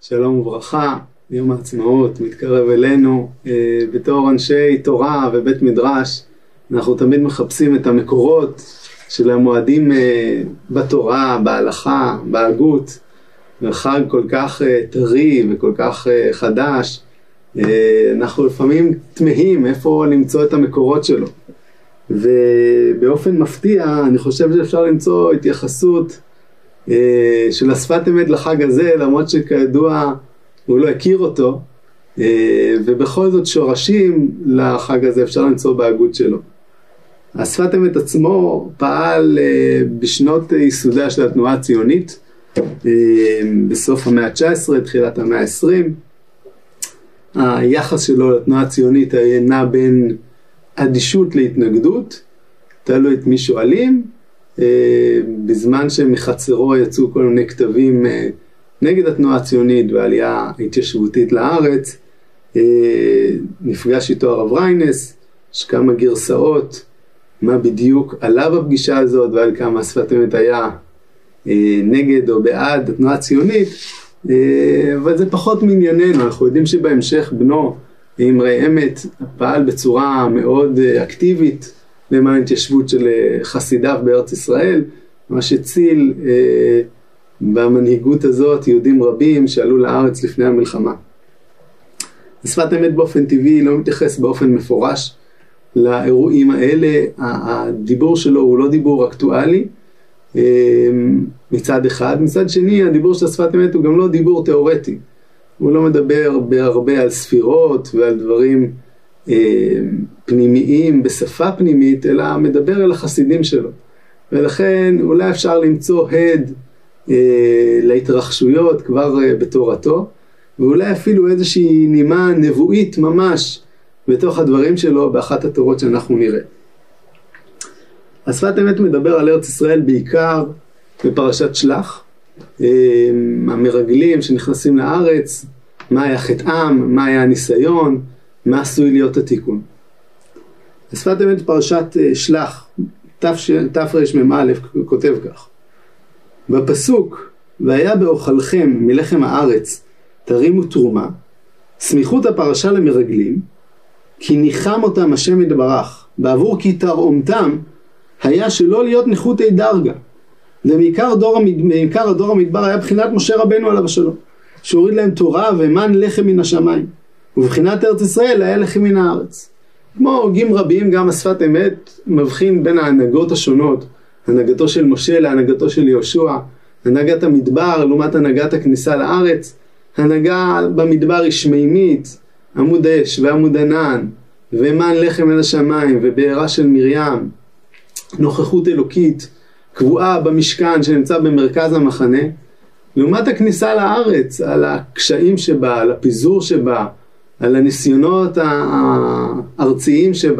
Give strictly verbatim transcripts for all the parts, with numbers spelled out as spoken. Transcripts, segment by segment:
שלום וברכה, יום העצמאות מתקרב אלינו. בתור אנשי תורה ובית מדרש אנחנו תמיד מחפשים את המקורות של המועדים בתורה, בהלכה, בהגות. חג כל כך טרי וכל כך חדש, אנחנו לפעמים תמהים איפה למצוא את המקורות שלו. ובאופן מפתיע אני חושב שאפשר למצוא התייחסות של השפת אמת לחג הזה, למרות שכידוע הוא לא הכיר אותו, ובכל זאת שורשים לחג הזה אפשר למצוא בהגות שלו. השפת אמת עצמו פעל בשנות ייסודה של התנועה הציונית, בסוף המאה ה-תשע עשרה, תחילת המאה ה-עשרים. היחס שלו לתנועה הציונית היה נע בין אדישות להתנגדות, תלוי את מי שואלים, בזמן שמחצרו יצאו כל מיני כתבים נגד התנועה הציונית והעלייה ההתיישבותית לארץ. נפגש איתו הרב ריינס, יש כמה גרסאות מה בדיוק עליו הפגישה הזאת ועל כמה השפת אמת היה נגד או בעד התנועה הציונית, אבל זה פחות מענייננו. אנחנו יודעים שבהמשך בנו אמרי אמת פעל בצורה מאוד אקטיבית למען התיישבות של חסידיו בארץ ישראל, מה שציל אה, במנהיגות הזאת יהודים רבים שעלו לארץ לפני המלחמה. השפת אמת באופן טבעי לא מתייחס באופן מפורש לאירועים האלה. הדיבור שלו הוא לא דיבור אקטואלי אה, מצד אחד. מצד שני, הדיבור של השפת אמת הוא גם לא דיבור תיאורטי. הוא לא מדבר בהרבה על ספירות ועל דברים פנימיים בשפה פנימית, אלא מדבר אל החסידים שלו. ולכן אולי אפשר למצוא הד אה, להתרחשויות כבר אה, בתורתו, ואולי אפילו איזושהי נימה נבואית ממש בתוך הדברים שלו באחת התורות שאנחנו נראה. השפת אמת מדבר על ארץ ישראל בעיקר בפרשת שלח, אה, המרגלים שנכנסים לארץ, מה היה חטאם, מה היה הניסיון, מה עשוי להיות התיקון. השפת אמת פרשת שלח, תרמ"א, כותב כך: בפסוק, והיה באוכלכם מלחם הארץ תרימו תרומה, סמיכות הפרשה למרגלים, כי ניחם אותם השם יתברך, בעבור כי תרעומתם היה שלא להיות נחותי דרגה. ומעיקר דור, מעיקר הדור המדבר היה בחינת משה רבנו עליו השלום, שהוריד להם תורה ומן לחם מן השמיים. ובבחינת ארץ ישראל היה לחם מן הארץ. כמו הוגים רבים, גם השפת אמת מבחין בין ההנהגות השונות, הנהגתו של משה להנהגתו של יהושע, הנהגת המדבר לעומת הנהגת הכניסה לארץ. הנהגה במדבר היא שמימית, עמוד אש ועמוד ענן, ומן לחם מן השמיים, ובעירה של מרים, נוכחות אלוקית קבועה במשכן שנמצא במרכז המחנה. לעומת הכניסה לארץ, על הקשיים שבה, על הפיזור שבה, על הניסיונות הארציים שבה.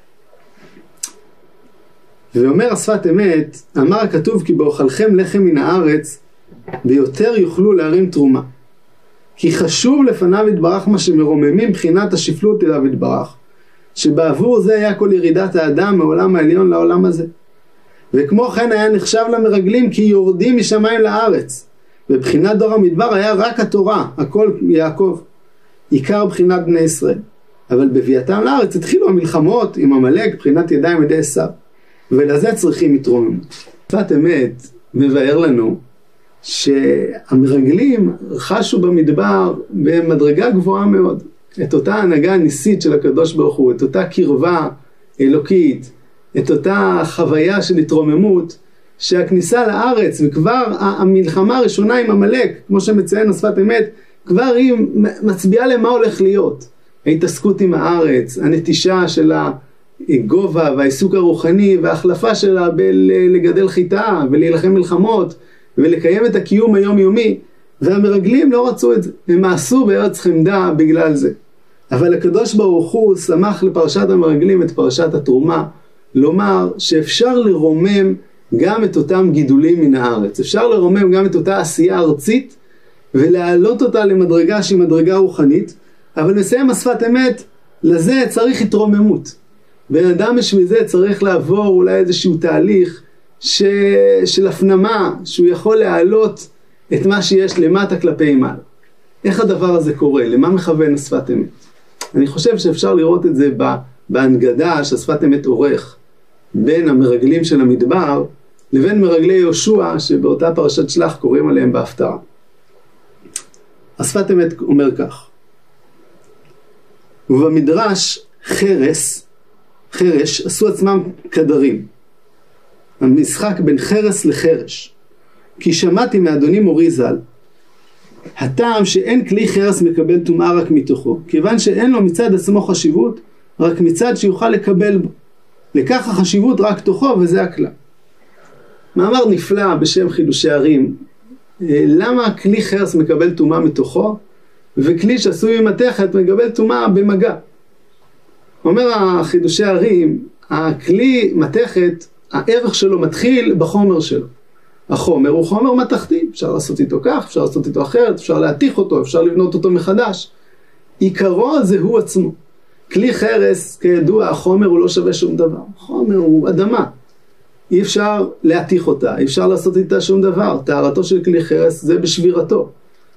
ואומר השפת אמת, אמר הכתוב כי באוכלכם לחם מן הארץ, ויותר יוכלו להרים תרומה. כי חשוב לפניו יתברך מה שמרוממים בחינת השפלות אליו יתברך, שבעבור זה היה כל ירידת האדם מעולם העליון לעולם הזה. וכמו כן היה נחשב למרגלים כי יורדים משמיים לארץ, ובחינת דור המדבר היה רק התורה, הכל יעקב, עיקר בחינת בני ישראל. אבל בביאתם לארץ התחילו המלחמות עם עמלק, בחינת ידיים ידי עשיו, ולזה צריכים התרוממות. שפת אמת מבאר לנו שהמרגלים חשו במדבר במדרגה גבוהה מאוד את אותה הנהגה הניסית של הקדוש ברוך הוא, את אותה קרבה אלוקית, את אותה חוויה של התרוממות, שהכניסה לארץ וכבר המלחמה הראשונה עם עמלק, כמו שמציין השפת אמת, כבר היא מצביעה למה הולך להיות. ההתעסקות עם הארץ, הנטישה של הגובה והעיסוק הרוחני וההחלפה שלה בלגדל חיטה ולהילחם מלחמות ולקיים את הקיום היומיומי, והמרגלים לא רצו את זה, הם מעשו בארץ חמדה בגלל זה. אבל הקדוש ברוך הוא שמח לפרשת המרגלים את פרשת התרומה, לומר שאפשר לרומם גם את אותם גידולים מן הארץ, אפשר לרומם גם את אותה עשייה ארצית ולהעלות אותה למדרגה שהיא מדרגה רוחנית. אבל נסיים השפת אמת, לזה צריך התרוממות. בן אדם בשביל זה צריך לעבור אולי איזשהו תהליך ש... של הפנמה, שהוא יכול להעלות את מה שיש למטה כלפי מעלה. איך הדבר הזה קורה? למה מכוון השפת אמת? אני חושב שאפשר לראות את זה בהנגדה שהשפת אמת עורך בין המרגלים של המדבר לבין מרגלי יהושע שבאותה פרשת שלח קוראים עליהם בהפטרה. השפת אמת אומר כך: ובמדרש חרס, חרש עשו עצמם קדרים, המשחק בין חרס לחרש. כי שמעתי מאדוני מורי ז"ל, הטעם שאין כלי חרס מקבל טומאה רק מתוכו, כיוון שאין לו מצד עצמו חשיבות, רק מצד שיוכל לקבל בו. לכך החשיבות רק תוכו, וזה הכלל. מאמר נפלא בשם חידושי ערים. למה כלי חרס מקבל טומאה מתוכו, וכלי שעשוי ממתכת מקבל טומאה במגע? אומר החידושי ערים, הכלי מתכת, הערך שלו מתחיל בחומר שלו. החומר הוא חומר מתכתי, אפשר לעשות איתו כך, אפשר לעשות איתו אחרת, אפשר להתיך אותו, אפשר לבנות אותו מחדש. עיקרו זה הוא עצמו. כלי חרס, כידוע, החומר הוא לא שווה שום דבר. חומר הוא אדמה. אי אפשר להתיך אותה, אי אפשר לעשות איתה שום דבר. טהרתו של כלי חרס זה בשבירתו.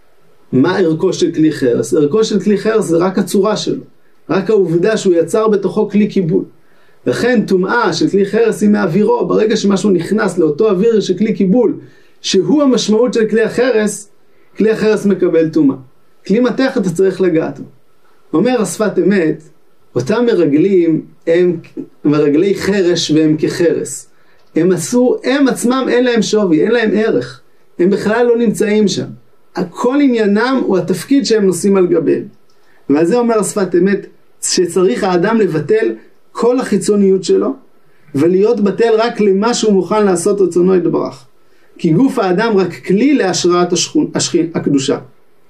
מה ערכו של כלי חרס? ערכו של כלי חרס זה רק הצורה שלו. רק העובדה שהוא יצר בתוכו כלי קיבול. לכן טומאה של כלי חרס היא מאווירו, ברגע שמשהו נכנס לאותו אוויר של כלי קיבול, שהוא המשמעות של כלי החרס, כלי החרס מקבל טומאה. כלי מתכת אתה צריך לגעת בו. אומר השפת אמת, אותם מרגלים הם מרגלי חרש והם כחרס. הם עשו, הם עצמם אין להם שווי, אין להם ערך. הם בכלל לא נמצאים שם. הכל עניינם הוא התפקיד שהם נושאים על גביהם. ועל זה אומר השפת אמת, שצריך האדם לבטל כל החיצוניות שלו, ולהיות בטל רק למה שהוא מוכן לעשות רצונו יתברך. כי גוף האדם רק כלי להשראת השכון, השכין, הקדושה.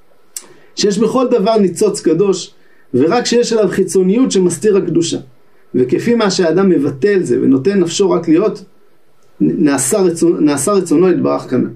שיש בכל דבר ניצוץ קדוש, ורק שיש עליו חיצוניות שמסתיר הקדושה. וכפי מה שהאדם מבטל זה, ונותן נפשו רק להיות, נעשה, רצונ, נעשה רצונו יתברך כאן.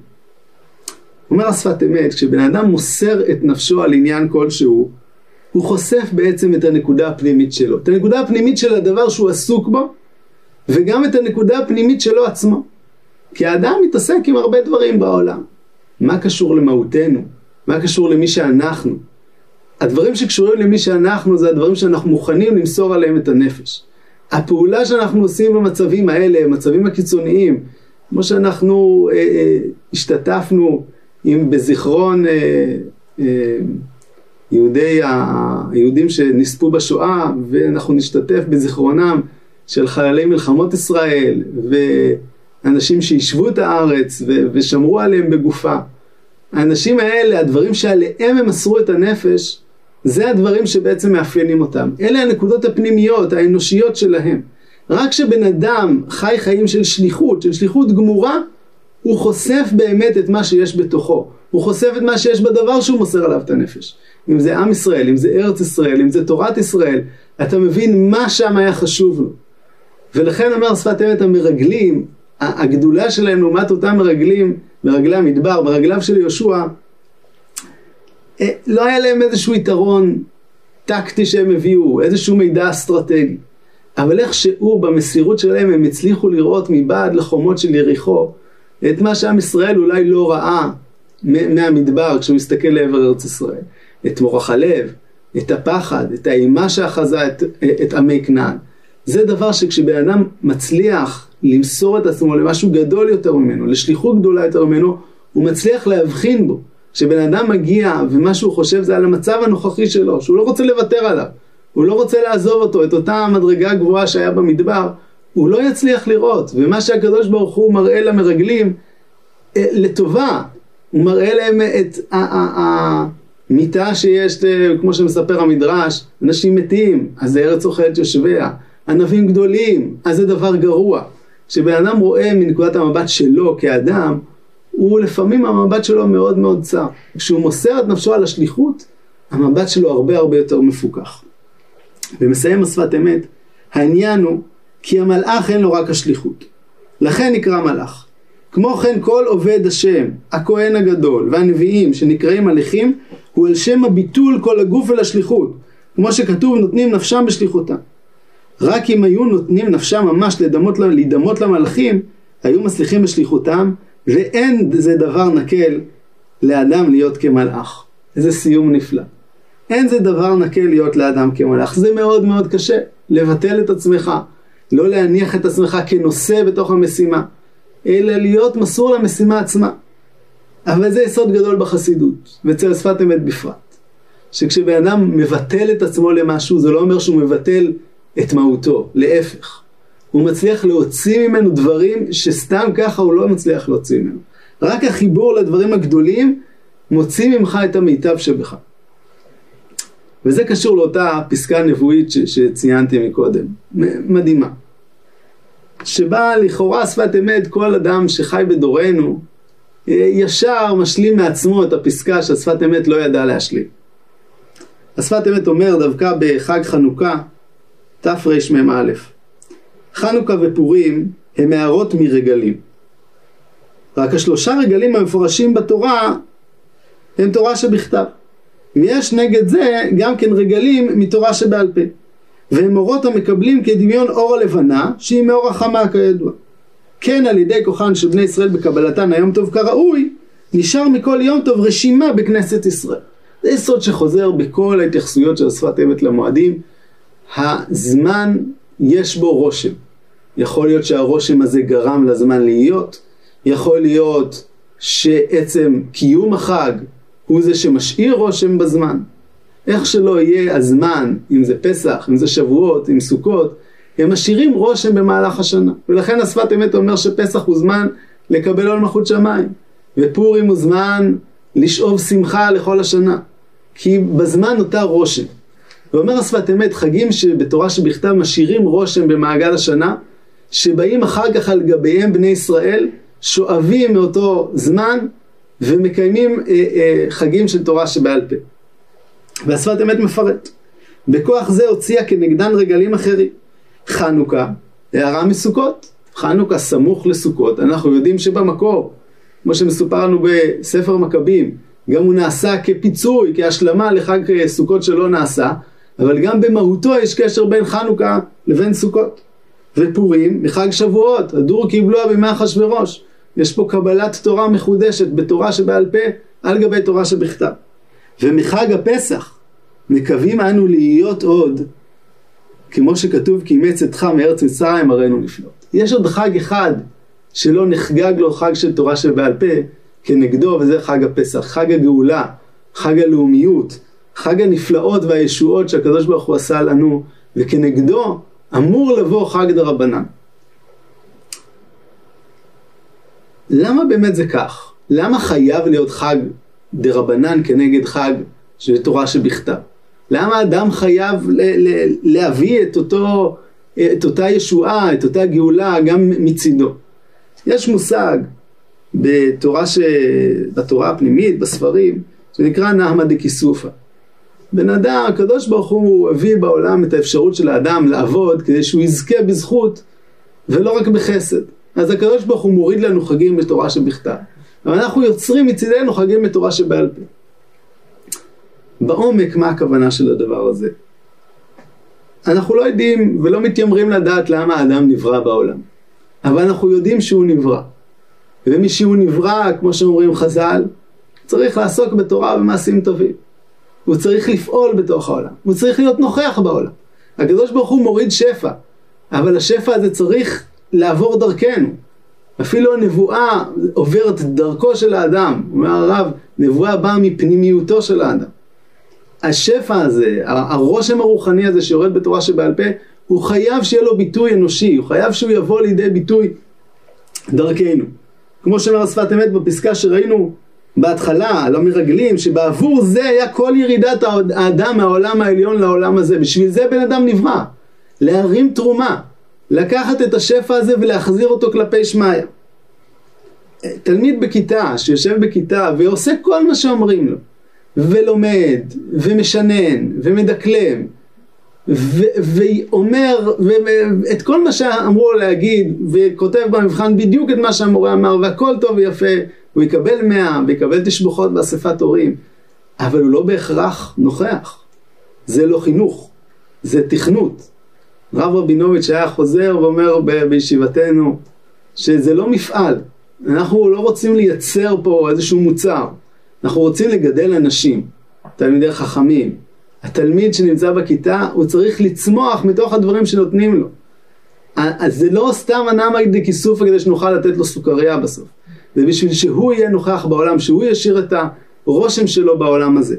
אומר השפת אמת, כשבן אדם מוסר את נפשו על עניין כלשהו, הוא חושף בעצם את הנקודה הפנימית שלו. את הנקודה הפנימית של הדבר שהוא עסוק בו, וגם את הנקודה הפנימית שלו עצמו. כי האדם מתעסק עם הרבה דברים בעולם. מה קשור למהותנו? מה קשור למי שאנחנו? הדברים שקשורים למי שאנחנו, זה הדברים שאנחנו מוכנים למסור עליהם את הנפש. הפעולה שאנחנו עושים במצבים האלה, מצבים הקיצוניים, כמו שאנחנו אה, אה, השתתפנו עם בזיכרון אה, אה, יהודי, היהודים שנספו בשואה, ואנחנו נשתתף בזיכרונם של חיילי מלחמות ישראל, ואנשים שישבו את הארץ ו- ושמרו עליהם בגופה. האנשים האלה, הדברים שעליהם הם מסרו את הנפש, זה הדברים שבעצם מאפיינים אותם. אלה הנקודות הפנימיות, האנושיות שלהם. רק כשבן אדם חי חיים של שליחות, של שליחות גמורה, הוא חושף באמת את מה שיש בתוכו. הוא חושף את מה שיש בדבר שהוא מוסר עליו את הנפש. אם זה עם ישראל, אם זה ארץ ישראל, אם זה תורת ישראל, אתה מבין מה שם היה חשוב לו. ולכן אומר שפת אמת, המרגלים, הגדולה שלהם לעומת אותם מרגלים, מרגלי המדבר, מרגליו של יהושע, לא היה להם איזשהו יתרון טקטי שהם הביאו, איזשהו מידע אסטרטגי. אבל איכשהו במסירות שלהם הם הצליחו לראות מבעד לחומות של יריחו, את מה שעם ישראל אולי לא ראה מהמדבר כשהוא מסתכל לעבר ארץ ישראל. את מורח הלב, את הפחד, את האימה שאחזה את, את עמי כנען. זה דבר שכשבן אדם מצליח למסור את עצמו למשהו גדול יותר ממנו, לשליחות גדולה יותר ממנו, הוא מצליח להבחין בו. כשבן אדם מגיע ומה שהוא חושב זה על המצב הנוכחי שלו, שהוא לא רוצה לוותר עליו, הוא לא רוצה לעזוב אותו, את אותה מדרגה גבוהה שהיה במדבר, הוא לא יצליח לראות. ומה שהקדוש ברוך הוא מראה למרגלים, לטובה, הוא מראה להם את המיטה שיש, כמו שמספר המדרש, אנשים מתים, אז זה ארץ אוכלת יושביה, ענבים גדולים, אז זה דבר גרוע. כשבן אדם רואה מנקודת המבט שלו כאדם, הוא לפעמים המבט שלו מאוד מאוד צר. כשהוא מוסר את נפשו על השליחות, המבט שלו הרבה הרבה יותר מפוקח. ומסיים השפת אמת, העניין הוא כי המלאך אין לו רק השליחות. לכן נקרא מלאך. כמו כן כל עובד השם, הכהן הגדול והנביאים שנקראים מלאכים, הוא על שם הביטול כל הגוף ולשליחות. כמו שכתוב נותנים נפשם בשליחותם. רק אם היו נותנים נפשם ממש לדמות, לדמות למלאכים, היו מצליחים בשליחותם, ואין זה דבר נקל לאדם להיות כמלאך. איזה סיום נפלא. אין זה דבר נקה להיות לאדם כמלאך. זה מאוד מאוד קשה. לבטל את עצמך. לא להניח את עצמך כנושא בתוך המשימה. אלא להיות מסור למשימה עצמה. אבל זה יסוד גדול בחסידות. ואצל שפת אמת בפרט. שכשבן אדם מבטל את עצמו למשהו, זה לא אומר שהוא מבטל את מהותו. להפך. הוא מצליח להוציא ממנו דברים שסתם ככה הוא לא מצליח להוציא ממנו. רק החיבור לדברים הגדולים מוציא ממך את המיטב שבך. וזה קשור לאותה פסקה נבואית ש- שציינתי מקודם. מדהימה. שבה לכאורה שפת אמת כל אדם שחי בדורנו ישר משלים מעצמו את הפסקה שהשפת אמת לא ידע להשלים. השפת אמת אומר דווקא בחג חנוכה תרמ"א. חנוכה ופורים הם מערות מרגלים. רק השלושה רגלים המפורשים בתורה הם תורה שבכתב. ויש נגד זה גם כן רגלים מתורה שבעל פה. והם אורות המקבלים כדמיון אור הלבנה שהיא מאור החמה כידוע. כן על ידי כוחן של בני ישראל בקבלתן היום טוב כראוי, נשאר מכל יום טוב רשימה בכנסת ישראל. זה יסוד שחוזר בכל ההתייחסויות של שפת אמת למועדים. הזמן יש בו רושם. יכול להיות שהרושם הזה גרם לזמן להיות. יכול להיות שעצם קיום החג הוא זה שמשאיר רושם בזמן. איך שלא יהיה הזמן, אם זה פסח, אם זה שבועות, אם סוכות, הם משאירים רושם במהלך השנה. ולכן השפת אמת אומר שפסח הוא זמן לקבל עול מלכות שמיים. ופורים הוא זמן לשאוב שמחה לכל השנה. כי בזמן נותר רושם. ואומר השפת אמת, חגים שבתורה שבכתב משאירים רושם במעגל השנה, שבאים אחר כך על גביהם בני ישראל, שואבים מאותו זמן, ומקיימים אה, אה, חגים של תורה שבעל פה. והשפת אמת מפרט. בכוח זה הוציאה כנגדן רגלים אחרים. חנוכה, הערה מסוכות. חנוכה סמוך לסוכות. אנחנו יודעים שבמקור, כמו שמסופר לנו בספר מכבים, גם הוא נעשה כפיצוי, כהשלמה לחג סוכות שלא נעשה, אבל גם במהותו יש קשר בין חנוכה לבין סוכות. ופורים, מחג שבועות, הדור קיבלוה בימי אחשוורוש. יש פה קבלת תורה מחודשת בתורה שבעל פה על גבי תורה שבכתב. ומחג הפסח מקווים אנו להיות עוד, כמו שכתוב כי אימץ אתך מארץ מצרים הראינו נפלאות. יש עוד חג אחד שלא נחגג לו חג של תורה שבעל פה כנגדו, וזה חג הפסח, חג הגאולה, חג הלאומיות, חג הנפלאות והישועות שהקדוש ברוך הוא עשה לנו, וכנגדו אמור לבוא חג דרבנן. למה באמת זה כך? למה חייב להיות חג דרבנן כנגד חג של תורה שבכתב? למה אדם חייב ל- ל- להביא את, אותו, את אותה ישועה, את אותה גאולה גם מצידו? יש מושג בתורה, ש... בתורה הפנימית, בספרים, שנקרא נהמה דקיסופה. בן אדם, הקדוש ברוך הוא הביא בעולם את האפשרות של האדם לעבוד כדי שהוא יזכה בזכות ולא רק בחסד. אז הקדוש ברוך הוא מוריד לנו חגים בתורה שבכתב. אבל אנחנו יוצרים מצידנו חגים בתורה שבעל פה. בעומק מה הכוונה של הדבר הזה? אנחנו לא יודעים ולא מתיימרים לדעת למה האדם נברא בעולם. אבל אנחנו יודעים שהוא נברא. ומשהוא נברא, כמו שאומרים חז"ל, צריך לעסוק בתורה ובמעשים טובים. הוא צריך לפעול בתוך העולם. הוא צריך להיות נוכח בעולם. הקדוש ברוך הוא מוריד שפע. אבל השפע הזה צריך לעבור דרכנו. אפילו הנבואה עוברת דרכו של האדם. אומר הרב, נבואה באה מפנימיותו של האדם. השפע הזה, הרושם הרוחני הזה שיורד בתורה שבעל פה, הוא חייב שיהיה לו ביטוי אנושי. הוא חייב שהוא יבוא לידי ביטוי דרכנו. כמו שאומר השפת אמת בפסקה שראינו בהתחלה, על המרגלים, שבעבור זה היה כל ירידת האדם מהעולם העליון לעולם הזה. בשביל זה בן אדם נברא. להרים תרומה. לקחת את השפע הזה ולהחזיר אותו כלפי שמיה. תלמיד בכיתה, שיושב בכיתה ועושה כל מה שאומרים לו, ולומד, ומשנן, ומדקלם, ו- ואומר ו- את כל מה שאמרו לו להגיד, וכותב במבחן בדיוק את מה שהמורה אמר, והכל טוב ויפה, הוא יקבל מאה, ויקבל תשבחות באספת הורים, אבל הוא לא בהכרח נוכח. זה לא חינוך, זה תכנות. רב רבינוביץ' היה חוזר ואומר ב- בישיבתנו, שזה לא מפעל. אנחנו לא רוצים לייצר פה איזשהו מוצר. אנחנו רוצים לגדל אנשים. תלמידי חכמים. התלמיד שנמצא בכיתה, הוא צריך לצמוח מתוך הדברים שנותנים לו. אז זה לא סתם הנעמק דקיסופא כדי שנוכל לתת לו סוכריה בסוף. זה בשביל שהוא יהיה נוכח בעולם, שהוא ישאיר את הרושם שלו בעולם הזה.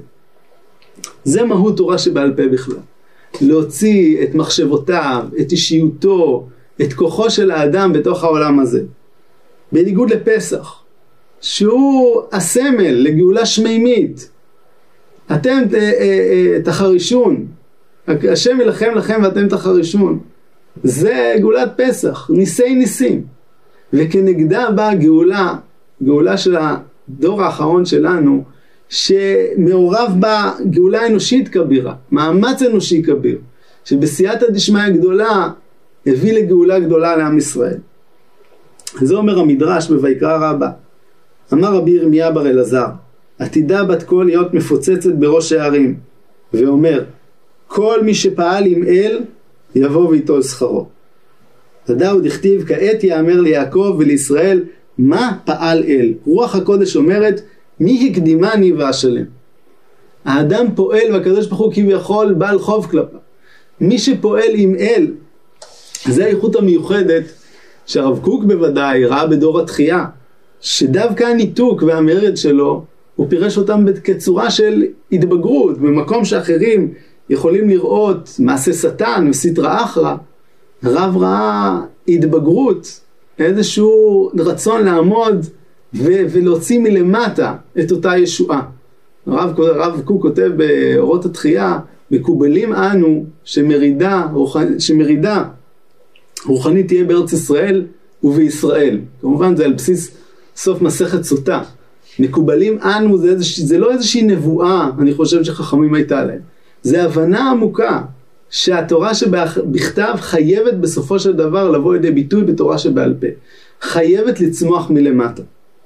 זה מהות תורה שבעל פה בכלל. להוציא את מחשבותיו, את אישיותו, את כוחו של האדם בתוך העולם הזה. בניגוד לפסח, שהוא הסמל לגאולה שמימית. אתם תחרישון, השם ילחם לכם ואתם תחרישון. זה גאולת פסח, ניסי ניסים. וכנגדה באה גאולה, גאולה של הדור האחרון שלנו, שמעורב בה גאולה אנושית כבירה, מאמץ אנושי כביר, שבסייעתא דשמיא גדולה הביא לגאולה גדולה לעם ישראל. זה אומר המדרש בויקרא רבה. אמר רבי ירמיה בר אלעזר, עתידה בת קול להיות מפוצצת בראש הערים, ואומר, כל מי שפעל עם אל, יבוא ויטול שכרו. תדעו דכתיב, כעת יאמר ליעקב ולישראל, מה פעל אל? רוח הקודש אומרת, מי הקדימני ואשלם? האדם פועל והקדוש ברוך הוא כביכול בעל חוב כלפיו. מי שפועל עם אל, זה האיכות המיוחדת שהרב קוק בוודאי ראה בדור התחייה, שדווקא הניתוק והמרד שלו, הוא פירש אותם כצורה של התבגרות, במקום שאחרים יכולים לראות מעשה שטן וסטרא אחרא. הרב ראה התבגרות, איזשהו רצון לעמוד ו- ולהוציא מלמטה את אותה ישועה. הרב, הרב קוק כותב באורות התחייה, מקובלים אנו שמרידה, שמרידה רוחנית תהיה בארץ ישראל ובישראל. כמובן זה על בסיס סוף מסכת סוטה. מקובלים אנו זה, איזוש, זה לא איזושהי נבואה, אני חושב שחכמים הייתה להם. זה הבנה עמוקה שהתורה שבכתב חייבת בסופו של דבר לבוא לידי ביטוי בתורה שבעל פה. חייבת לצמוח מלמטה.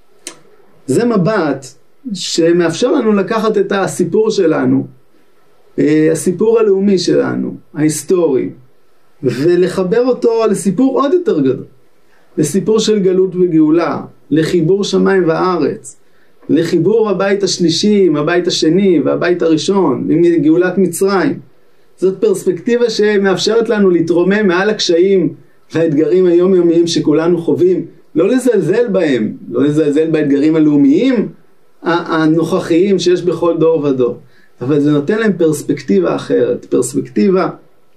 זה מבט שמאפשר לנו לקחת את הסיפור שלנו, הסיפור הלאומי שלנו, ההיסטורי, ולחבר אותו לסיפור עוד יותר גדול. לסיפור של גלות וגאולה, לחיבור שמיים וארץ, לחיבור הבית השלישי עם הבית השני והבית הראשון, עם גאולת מצרים. זאת פרספקטיבה שמאפשרת לנו להתרומם מעל הקשיים והאתגרים היומיומיים שכולנו חווים, לא לזלזל בהם, לא לזלזל באתגרים הלאומיים הנוכחיים שיש בכל דור ודור, אבל זה נותן להם פרספקטיבה אחרת, פרספקטיבה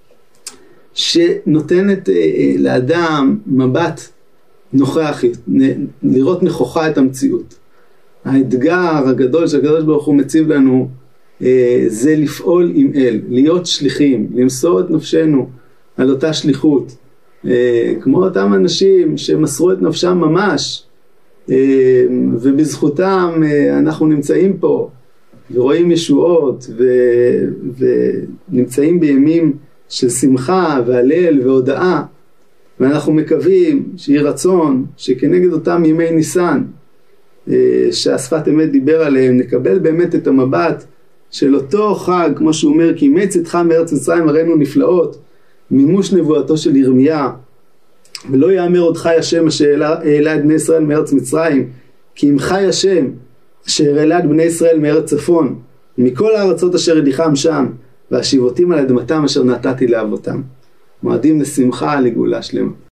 שנותנת לאדם מבט נוכח, לראות נכוחה את המציאות. האתגר הגדול שהקדוש ברוך הוא מציב לנו זה לפעול עם אל, להיות שליחים, למסור את נפשנו על אותה שליחות, כמו אותם אנשים שמסרו את נפשם ממש, ובזכותם אנחנו נמצאים פה ורואים ישועות ונמצאים בימים של שמחה והלל והודאה, ואנחנו מקווים שיהיה רצון שכנגד אותם ימי ניסן שהשפת אמת דיבר עליהם, נקבל באמת את המבט של אותו חג, כמו שהוא אומר, כי אימץ אתך מארץ מצרים הראינו נפלאות, מימוש נבואתו של ירמיה, ולא יאמר עוד חי השם אשר העלה את בני ישראל מארץ מצרים, כי אם חי השם אשר העלה את בני ישראל מארץ צפון, מכל הארצות אשר הדיחם שם, והשיבותים על אדמתם אשר נתתי לאבותם. מועדים לשמחה, לגאולה שלמה.